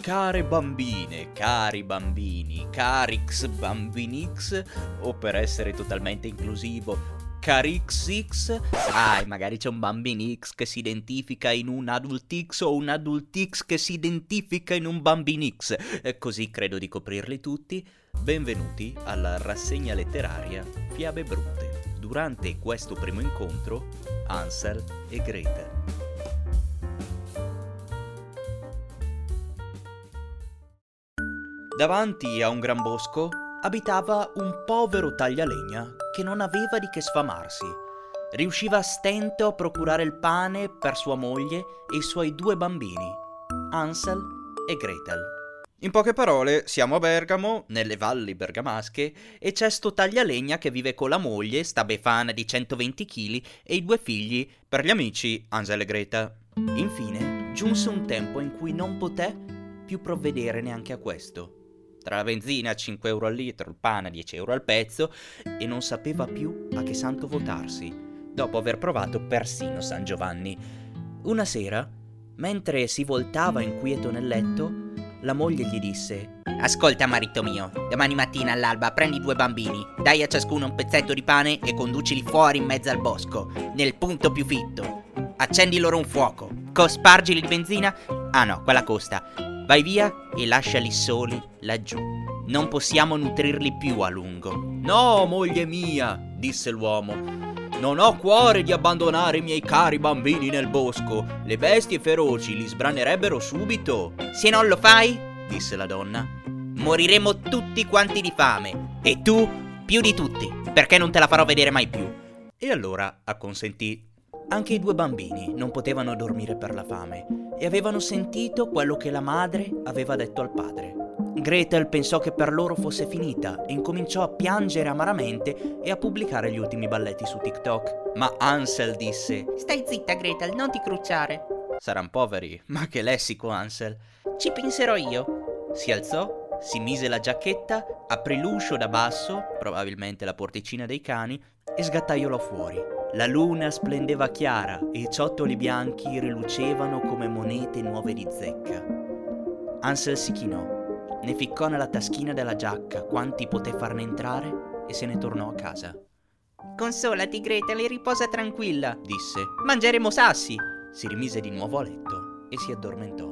Care bambine, cari bambini, carix bambinix, o per essere totalmente inclusivo, carixx, magari c'è un bambinx che si identifica in un adultx o un adultx che si identifica in un bambinx, così credo di coprirli tutti. Benvenuti alla rassegna letteraria Fiabe Brutte. Durante questo primo incontro, Hansel e Gretel. Davanti a un gran bosco abitava un povero taglialegna che non aveva di che sfamarsi. Riusciva a stento a procurare il pane per sua moglie e i suoi due bambini, Hansel e Gretel. In poche parole, siamo a Bergamo, nelle valli bergamasche, e c'è sto taglialegna che vive con la moglie, sta befana di 120 kg, e i due figli, per gli amici Hansel e Gretel. Infine, giunse un tempo in cui non poté più provvedere neanche a questo. Tra la benzina a 5 euro al litro, il pane a 10 euro al pezzo, e non sapeva più a che santo votarsi, dopo aver provato persino San Giovanni. Una sera, mentre si voltava inquieto nel letto, la moglie gli disse: «Ascolta, marito mio, domani mattina all'alba prendi due bambini, dai a ciascuno un pezzetto di pane e conducili fuori in mezzo al bosco, nel punto più fitto. Accendi loro un fuoco, cospargili di benzina, ah no, quella costa. Vai via e lasciali soli laggiù. Non possiamo nutrirli più a lungo». «No, moglie mia», disse l'uomo, «non ho cuore di abbandonare i miei cari bambini nel bosco. Le bestie feroci li sbranerebbero subito». «Se non lo fai», disse la donna, «moriremo tutti quanti di fame. E tu più di tutti, perché non te la farò vedere mai più». E allora acconsentì. Anche i due bambini non potevano dormire per la fame e avevano sentito quello che la madre aveva detto al padre. Gretel pensò che per loro fosse finita e incominciò a piangere amaramente e a pubblicare gli ultimi balletti su TikTok. Ma Hansel disse: «Stai zitta, Gretel, non ti crucciare». «Saran poveri, ma che lessico, Hansel». «Ci penserò io». Si alzò, si mise la giacchetta, aprì l'uscio da basso, probabilmente la porticina dei cani, e sgattaiolò fuori. La luna splendeva chiara e i ciottoli bianchi rilucevano come monete nuove di zecca. Hansel si chinò, ne ficcò nella taschina della giacca quanti poté farne entrare e se ne tornò a casa. «Consolati, Gretel, e riposa tranquilla», disse. «Mangeremo sassi». Si rimise di nuovo a letto e si addormentò.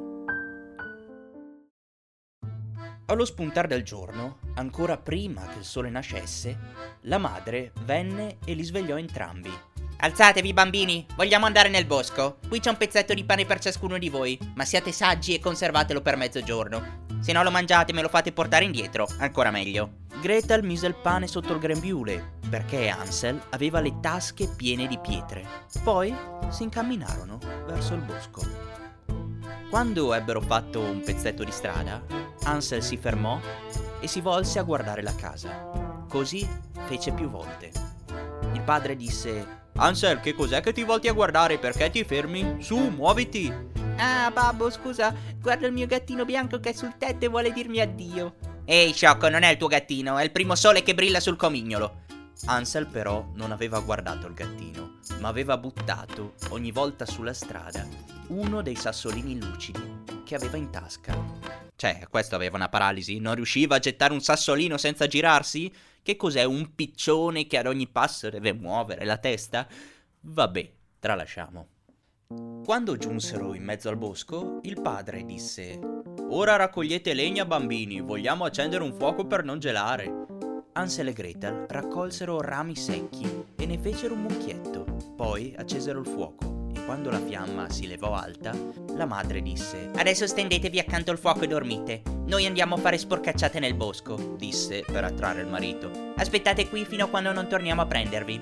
Allo spuntar del giorno, ancora prima che il sole nascesse, la madre venne e li svegliò entrambi. «Alzatevi, bambini, vogliamo andare nel bosco. Qui c'è un pezzetto di pane per ciascuno di voi, ma siate saggi e conservatelo per mezzogiorno. Se non lo mangiate me lo fate portare indietro, ancora meglio». Gretel mise il pane sotto il grembiule, perché Hansel aveva le tasche piene di pietre. Poi si incamminarono verso il bosco. Quando ebbero fatto un pezzetto di strada, Hansel si fermò e si volse a guardare la casa. Così fece più volte. Il padre disse: «Hansel, che cos'è che ti volti a guardare? Perché ti fermi? Su, muoviti!» «Ah, babbo, scusa, guarda il mio gattino bianco che è sul tetto e vuole dirmi addio». «Ehi, sciocco, non è il tuo gattino, è il primo sole che brilla sul comignolo». Hansel però non aveva guardato il gattino, ma aveva buttato, ogni volta sulla strada, uno dei sassolini lucidi che aveva in tasca. Cioè, questo aveva una paralisi? Non riusciva a gettare un sassolino senza girarsi? Che cos'è, un piccione che ad ogni passo deve muovere la testa? Vabbè, tralasciamo. Quando giunsero in mezzo al bosco, il padre disse: «Ora raccogliete legna, bambini, vogliamo accendere un fuoco per non gelare». Hansel e Gretel raccolsero rami secchi e ne fecero un mucchietto. Poi accesero il fuoco e quando la fiamma si levò alta, la madre disse: «Adesso stendetevi accanto al fuoco e dormite. Noi andiamo a fare sporcacciate nel bosco», disse per attrarre il marito. «Aspettate qui fino a quando non torniamo a prendervi».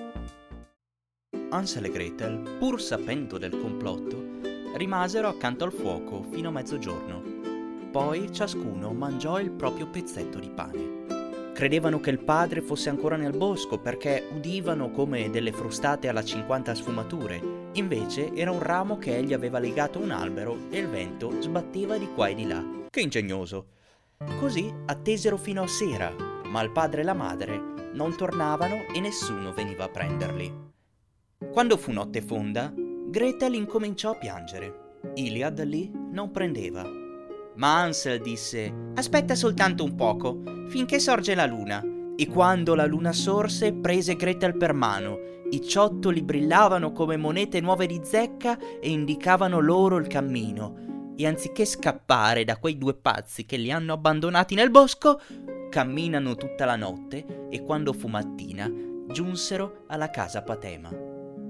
Hansel e Gretel, pur sapendo del complotto, rimasero accanto al fuoco fino a mezzogiorno. Poi ciascuno mangiò il proprio pezzetto di pane. Credevano che il padre fosse ancora nel bosco perché udivano come delle frustate alla 50 sfumature. Invece era un ramo che egli aveva legato a un albero e il vento sbatteva di qua e di là. Che ingegnoso! Così attesero fino a sera, ma il padre e la madre non tornavano e nessuno veniva a prenderli. Quando fu notte fonda, Gretel incominciò a piangere. Iliad lì non prendeva. Ma Hansel disse: aspetta soltanto un poco, finché sorge la luna. E quando la luna sorse, prese Gretel per mano. I ciottoli brillavano come monete nuove di zecca e indicavano loro il cammino. E anziché scappare da quei due pazzi che li hanno abbandonati nel bosco, camminano tutta la notte e quando fu mattina giunsero alla casa Patema.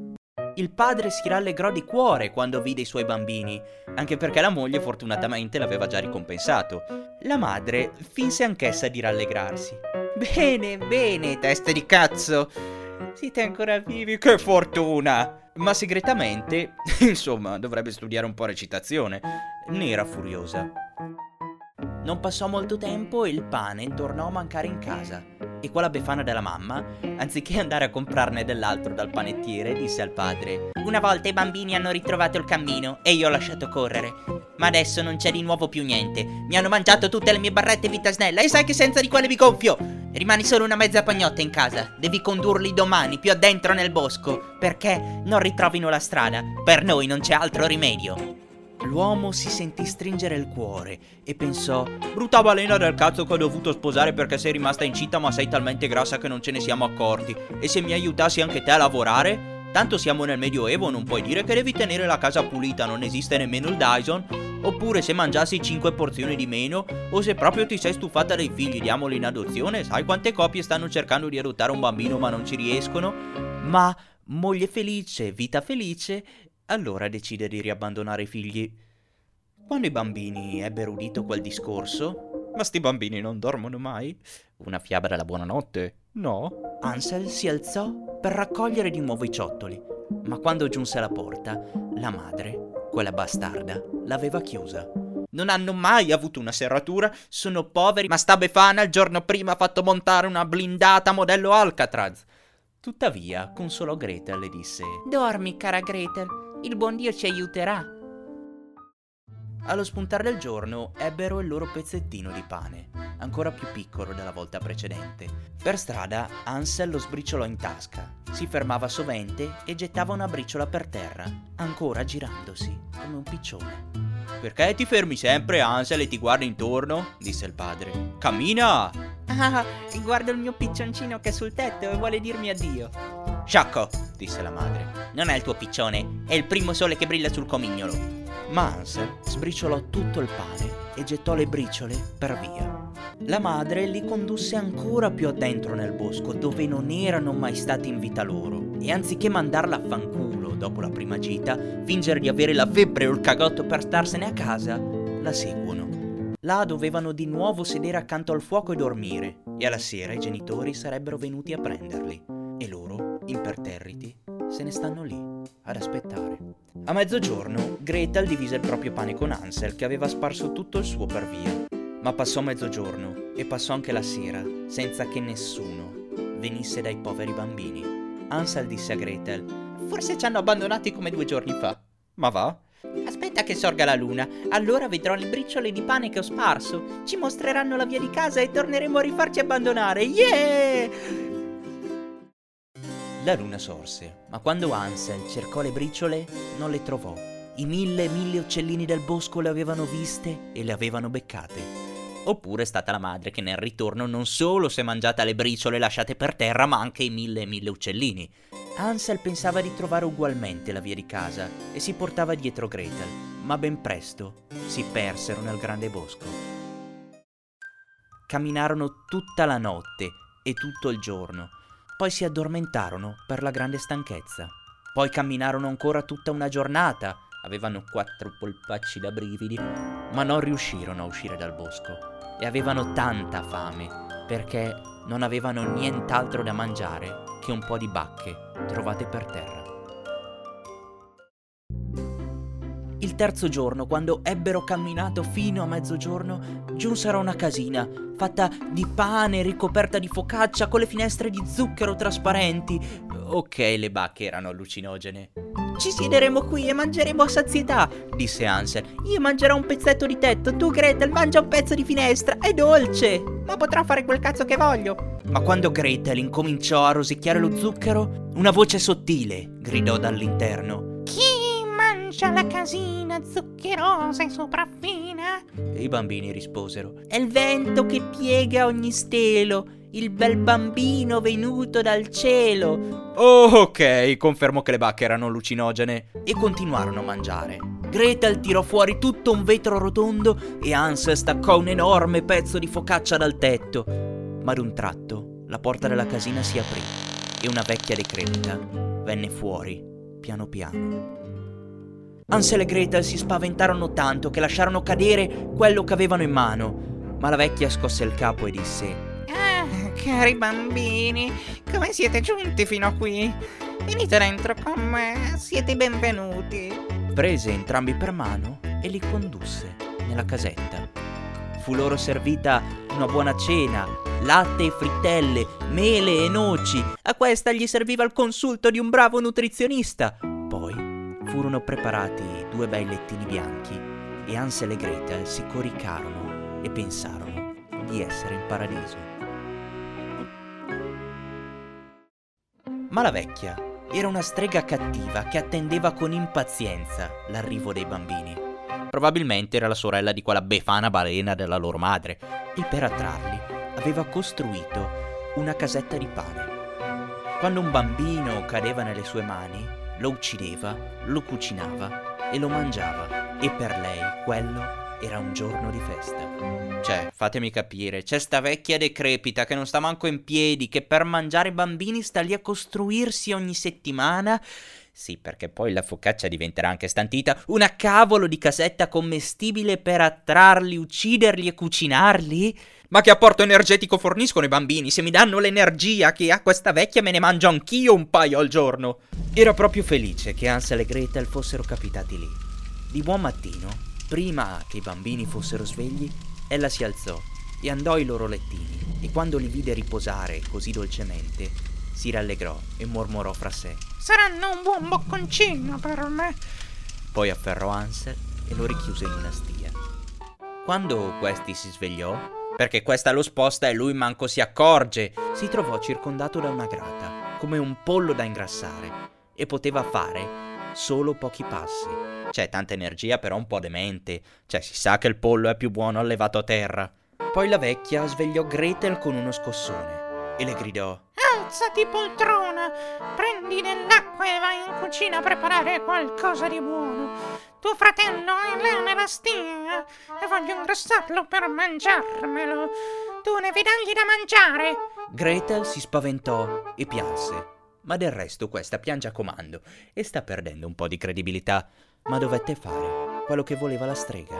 Il padre si rallegrò di cuore quando vide i suoi bambini, anche perché la moglie fortunatamente l'aveva già ricompensato. La madre finse anch'essa di rallegrarsi. Bene, bene, teste di cazzo! Siete ancora vivi, che fortuna! Ma segretamente, insomma, dovrebbe studiare un po' recitazione, ne era furiosa. Non passò molto tempo e il pane tornò a mancare in casa. E con la befana della mamma, anziché andare a comprarne dell'altro dal panettiere, disse al padre: una volta i bambini hanno ritrovato il cammino e io ho lasciato correre, ma adesso non c'è di nuovo più niente. Mi hanno mangiato tutte le mie barrette Vitasnella e sai che senza di quelle mi gonfio. Rimani solo una mezza pagnotta in casa. Devi condurli domani più addentro nel bosco, perché non ritrovino la strada. Per noi non c'è altro rimedio. L'uomo si sentì stringere il cuore e pensò: brutta balena del cazzo che ho dovuto sposare perché sei rimasta incinta, ma sei talmente grassa che non ce ne siamo accorti. E se mi aiutassi anche te a lavorare? Tanto siamo nel Medioevo, non puoi dire che devi tenere la casa pulita, non esiste nemmeno il Dyson. Oppure se mangiassi 5 porzioni di meno, o se proprio ti sei stufata dei figli, diamoli in adozione. Sai quante coppie stanno cercando di adottare un bambino ma non ci riescono? Ma moglie felice, vita felice, allora decide di riabbandonare i figli. Quando i bambini ebbero udito quel discorso: ma sti bambini non dormono mai? Una fiaba della buonanotte? No. Hansel si alzò per raccogliere di nuovo i ciottoli, ma quando giunse alla porta, la madre, quella bastarda, l'aveva chiusa. Non hanno mai avuto una serratura, sono poveri, ma sta befana il giorno prima ha fatto montare una blindata modello Alcatraz. Tuttavia consolò Gretel e disse: dormi, cara Gretel, il buon Dio ci aiuterà. Allo spuntare del giorno ebbero il loro pezzettino di pane, ancora più piccolo della volta precedente. Per strada Hansel lo sbriciolò in tasca, si fermava sovente e gettava una briciola per terra, ancora girandosi come un piccione. Perché ti fermi sempre, Hansel, e ti guardi intorno? Disse il padre. Cammina! Ah, guardo il mio piccioncino che è sul tetto e vuole dirmi addio. Sciocco, disse la madre. Non è il tuo piccione, è il primo sole che brilla sul comignolo. Ma Hansel sbriciolò tutto il pane e gettò le briciole per via. La madre li condusse ancora più addentro nel bosco, dove non erano mai stati in vita loro, e anziché mandarla a fanculo dopo la prima gita, fingere di avere la febbre o il cagotto per starsene a casa, la seguono. Là dovevano di nuovo sedere accanto al fuoco e dormire, e alla sera i genitori sarebbero venuti a prenderli, e loro, imperterriti, se ne stanno lì ad aspettare. A mezzogiorno Gretel divise il proprio pane con Hansel, che aveva sparso tutto il suo per via. Ma passò mezzogiorno e passò anche la sera senza che nessuno venisse dai poveri bambini. Hansel disse a Gretel: forse ci hanno abbandonati come 2 giorni fa. Ma va? Aspetta che sorga la luna, allora vedrò le briciole di pane che ho sparso. Ci mostreranno la via di casa e torneremo a rifarci abbandonare. Yeah! La luna sorse, ma quando Hansel cercò le briciole non le trovò. I mille uccellini del bosco le avevano viste e le avevano beccate. Oppure è stata la madre che nel ritorno non solo si è mangiata le briciole lasciate per terra, ma anche i mille uccellini. Hansel pensava di trovare ugualmente la via di casa e si portava dietro Gretel, ma ben presto si persero nel grande bosco. Camminarono tutta la notte e tutto il giorno. Poi si addormentarono per la grande stanchezza. Poi camminarono ancora tutta una giornata. Avevano 4 polpacci da brividi, ma non riuscirono a uscire dal bosco. E avevano tanta fame, perché non avevano nient'altro da mangiare che un po' di bacche trovate per terra. Il terzo giorno, quando ebbero camminato fino a mezzogiorno, giunsero a una casina fatta di pane ricoperta di focaccia con le finestre di zucchero trasparenti. Ok, le bacche erano allucinogene. Ci siederemo qui e mangeremo a sazietà, disse Hansel. Io mangerò un pezzetto di tetto, tu Gretel mangia un pezzo di finestra, è dolce, ma potrò fare quel cazzo che voglio. Ma quando Gretel incominciò a rosicchiare lo zucchero, una voce sottile gridò dall'interno: chi mangia mangia la casina zuccherosa e sopraffina? E i bambini risposero: è il vento che piega ogni stelo, il bel bambino venuto dal cielo. Oh, ok, confermo che le bacche erano allucinogene. E continuarono a mangiare. Gretel tirò fuori tutto un vetro rotondo e Hansel staccò un enorme pezzo di focaccia dal tetto. Ma ad un tratto la porta della casina si aprì e una vecchia decrepita venne fuori, piano piano. Hansel e Gretel si spaventarono tanto che lasciarono cadere quello che avevano in mano. Ma la vecchia scosse il capo e disse: Cari bambini, come siete giunti fino qui? Venite dentro con me, siete benvenuti. Prese entrambi per mano e li condusse nella casetta. Fu loro servita una buona cena, latte e frittelle, mele e noci. A questa gli serviva il consulto di un bravo nutrizionista. Poi furono preparati 2 bei lettini bianchi e Hansel e Gretel si coricarono e pensarono di essere in paradiso. Ma la vecchia era una strega cattiva che attendeva con impazienza l'arrivo dei bambini. Probabilmente era la sorella di quella befana balena della loro madre e per attrarli aveva costruito una casetta di pane. Quando un bambino cadeva nelle sue mani, lo uccideva, lo cucinava e lo mangiava, e per lei quello era un giorno di festa. Cioè, fatemi capire, c'è sta vecchia decrepita che non sta manco in piedi, che per mangiare i bambini sta lì a costruirsi ogni settimana. Sì, perché poi la focaccia diventerà anche stantita. Una cavolo di casetta commestibile per attrarli, ucciderli e cucinarli? Ma che apporto energetico forniscono i bambini? Se mi danno l'energia che ha questa vecchia me ne mangio anch'io un paio al giorno. Era proprio felice che Hansel e Gretel fossero capitati lì. Di buon mattino, prima che i bambini fossero svegli, ella si alzò e andò ai loro lettini, e quando li vide riposare così dolcemente, si rallegrò e mormorò fra sé: saranno un buon bocconcino per me. Poi afferrò Hansel e lo richiuse in una stia. Quando questi si svegliò, perché questa lo sposta e lui manco si accorge, si trovò circondato da una grata, come un pollo da ingrassare, e poteva fare solo pochi passi. C'è tanta energia, però un po' demente. Cioè, si sa che il pollo è più buono allevato a terra. Poi la vecchia svegliò Gretel con uno scossone e le gridò: alzati poltrona, prendi dell'acqua e vai in cucina a preparare qualcosa di buono. Tuo fratello è là nella stia e voglio ingrassarlo per mangiarmelo. Tu devi dargli da mangiare. Gretel si spaventò e pianse. Ma del resto questa piange a comando e sta perdendo un po' di credibilità. Ma dovette fare quello che voleva la strega.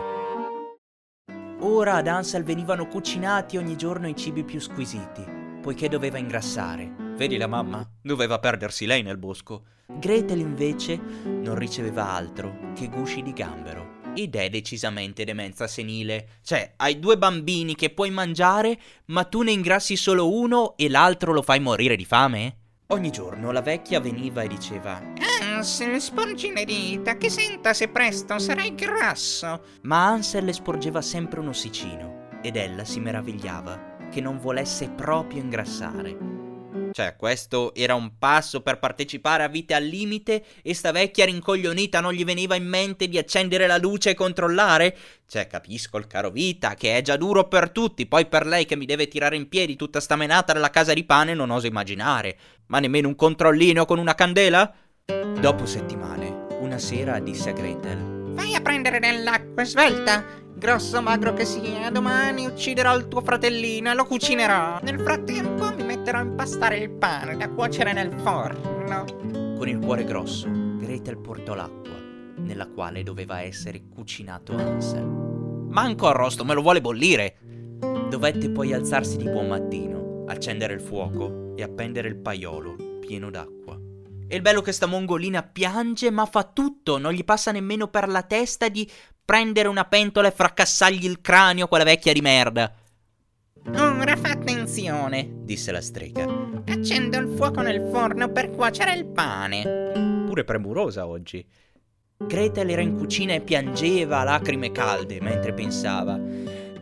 Ora ad Hansel venivano cucinati ogni giorno i cibi più squisiti, poiché doveva ingrassare. Vedi la mamma? Doveva perdersi lei nel bosco. Gretel invece non riceveva altro che gusci di gambero. Ed è decisamente demenza senile. Cioè, hai 2 bambini che puoi mangiare, ma tu ne ingrassi solo uno e l'altro lo fai morire di fame? Ogni giorno la vecchia veniva e diceva: Hansel, sporgi le dita, che senta se presto sarai grasso. Ma Hansel le sporgeva sempre un ossicino ed ella si meravigliava che non volesse proprio ingrassare. Cioè, questo era un passo per partecipare a vite al limite e sta vecchia rincoglionita non gli veniva in mente di accendere la luce e controllare? Cioè, capisco il caro vita, che è già duro per tutti, poi per lei che mi deve tirare in piedi tutta sta menata della casa di pane non oso immaginare. Ma nemmeno un controllino con una candela? Dopo settimane, una sera disse a Gretel: vai a prendere dell'acqua svelta. Grosso magro che sia, domani ucciderò il tuo fratellino e lo cucinerò. Nel frattempo mi metterò a impastare il pane da cuocere nel forno. Con il cuore grosso, Gretel portò l'acqua, nella quale doveva essere cucinato Hansel. Manco arrosto, me lo vuole bollire! Dovette poi alzarsi di buon mattino, accendere il fuoco e appendere il paiolo pieno d'acqua. E il bello che sta mongolina piange, ma fa tutto, non gli passa nemmeno per la testa di prendere una pentola e fracassargli il cranio a quella vecchia di merda. Ora fa attenzione, disse la strega. Accendo il fuoco nel forno per cuocere il pane. Pure premurosa oggi. Gretel era in cucina e piangeva a lacrime calde mentre pensava: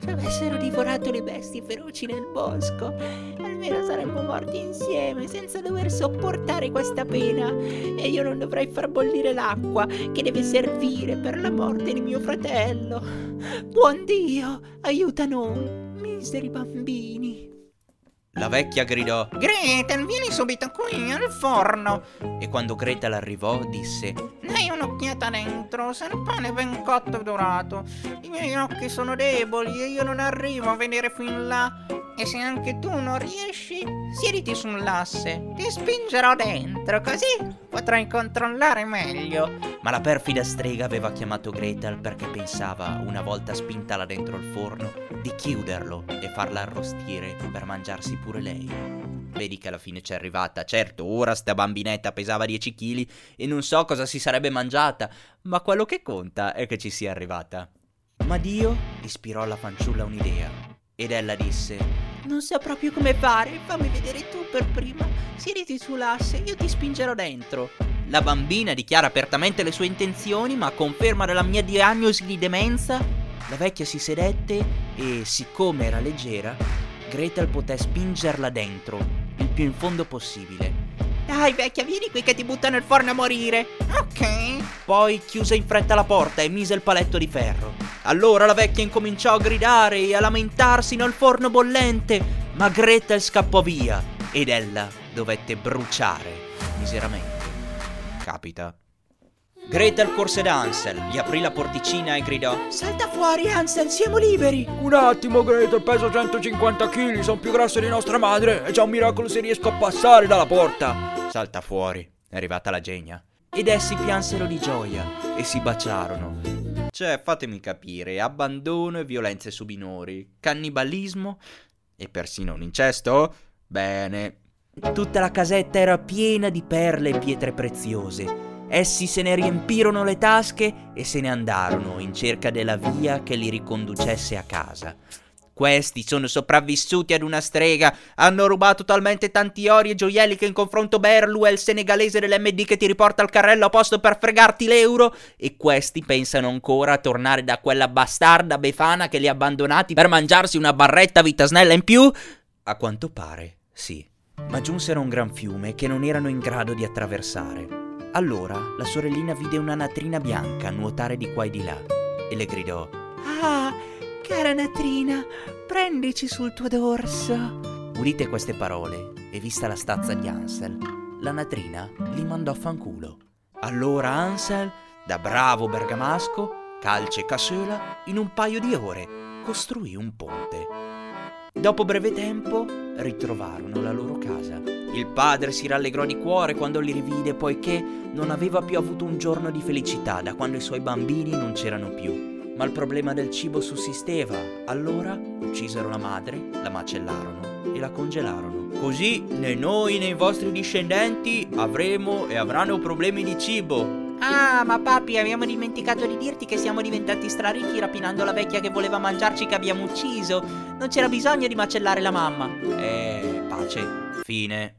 ci avessero divorato le bestie feroci nel bosco, almeno saremmo morti insieme senza dover sopportare questa pena, e io non dovrei far bollire l'acqua che deve servire per la morte di mio fratello. Buon Dio, aiuta noi, miseri bambini. La vecchia gridò: Gretel, vieni subito qui, al forno. e quando Gretel arrivò disse: Dai un'occhiata dentro, se il pane è ben cotto e dorato. I miei occhi sono deboli e io non arrivo a vedere fin là. E se anche tu non riesci, siediti sull'asse, ti spingerò dentro, così potrai controllare meglio. Ma la perfida strega aveva chiamato Gretel perché pensava, una volta spintala dentro il forno, di chiuderlo e farla arrostire per mangiarsi pure lei. Vedi che alla fine c'è arrivata. Certo, ora sta bambinetta pesava 10 kg e non so cosa si sarebbe mangiata, ma quello che conta è che ci sia arrivata. Ma Dio ispirò alla fanciulla un'idea ed ella disse: Non so proprio come fare, fammi vedere tu per prima. Siediti sull'asse, io ti spingerò dentro. La bambina dichiara apertamente le sue intenzioni, ma a conferma della mia diagnosi di demenza, la vecchia si sedette e, siccome era leggera, Gretel poté spingerla dentro, il più in fondo possibile. Dai vecchia, vieni qui che ti butto nel forno a morire. Ok. Poi chiuse in fretta la porta e mise il paletto di ferro. Allora la vecchia incominciò a gridare e a lamentarsi nel forno bollente, ma Gretel scappò via ed ella dovette bruciare miseramente. Capita. Gretel corse da Hansel, gli aprì la porticina e gridò: Salta fuori Hansel, siamo liberi. Un attimo Gretel, peso 150 kg, sono più grosso di nostra madre. È già un miracolo se riesco a passare dalla porta. Salta fuori, è arrivata la genia. Ed essi piansero di gioia e si baciarono. Cioè, fatemi capire, abbandono e violenze su minori, cannibalismo e persino un incesto? Bene. Tutta la casetta era piena di perle e pietre preziose. Essi se ne riempirono le tasche e se ne andarono in cerca della via che li riconducesse a casa. Questi sono sopravvissuti ad una strega, hanno rubato talmente tanti ori e gioielli che in confronto Berlu è il senegalese dell'MD che ti riporta al carrello a posto per fregarti l'euro, e questi pensano ancora a tornare da quella bastarda Befana che li ha abbandonati per mangiarsi una barretta vita snella in più? A quanto pare, sì. Ma giunsero a un gran fiume che non erano in grado di attraversare. Allora la sorellina vide una natrina bianca nuotare di qua e di là e le gridò: Ah, cara natrina, prendici sul tuo dorso. Udite queste parole e vista la stazza di Hansel, la natrina li mandò a fanculo. Allora Hansel, da bravo bergamasco, calce e cassola, in un paio di ore costruì un ponte. Dopo breve tempo ritrovarono la loro casa. Il padre si rallegrò di cuore quando li rivide, poiché non aveva più avuto un giorno di felicità da quando i suoi bambini non c'erano più. Ma il problema del cibo sussisteva. Allora uccisero la madre, la macellarono e la congelarono. Così né noi né i vostri discendenti avremo e avranno problemi di cibo. Ah, ma papi, abbiamo dimenticato di dirti che siamo diventati straricchi rapinando la vecchia che voleva mangiarci che abbiamo ucciso. Non c'era bisogno di macellare la mamma. Pace. Fine.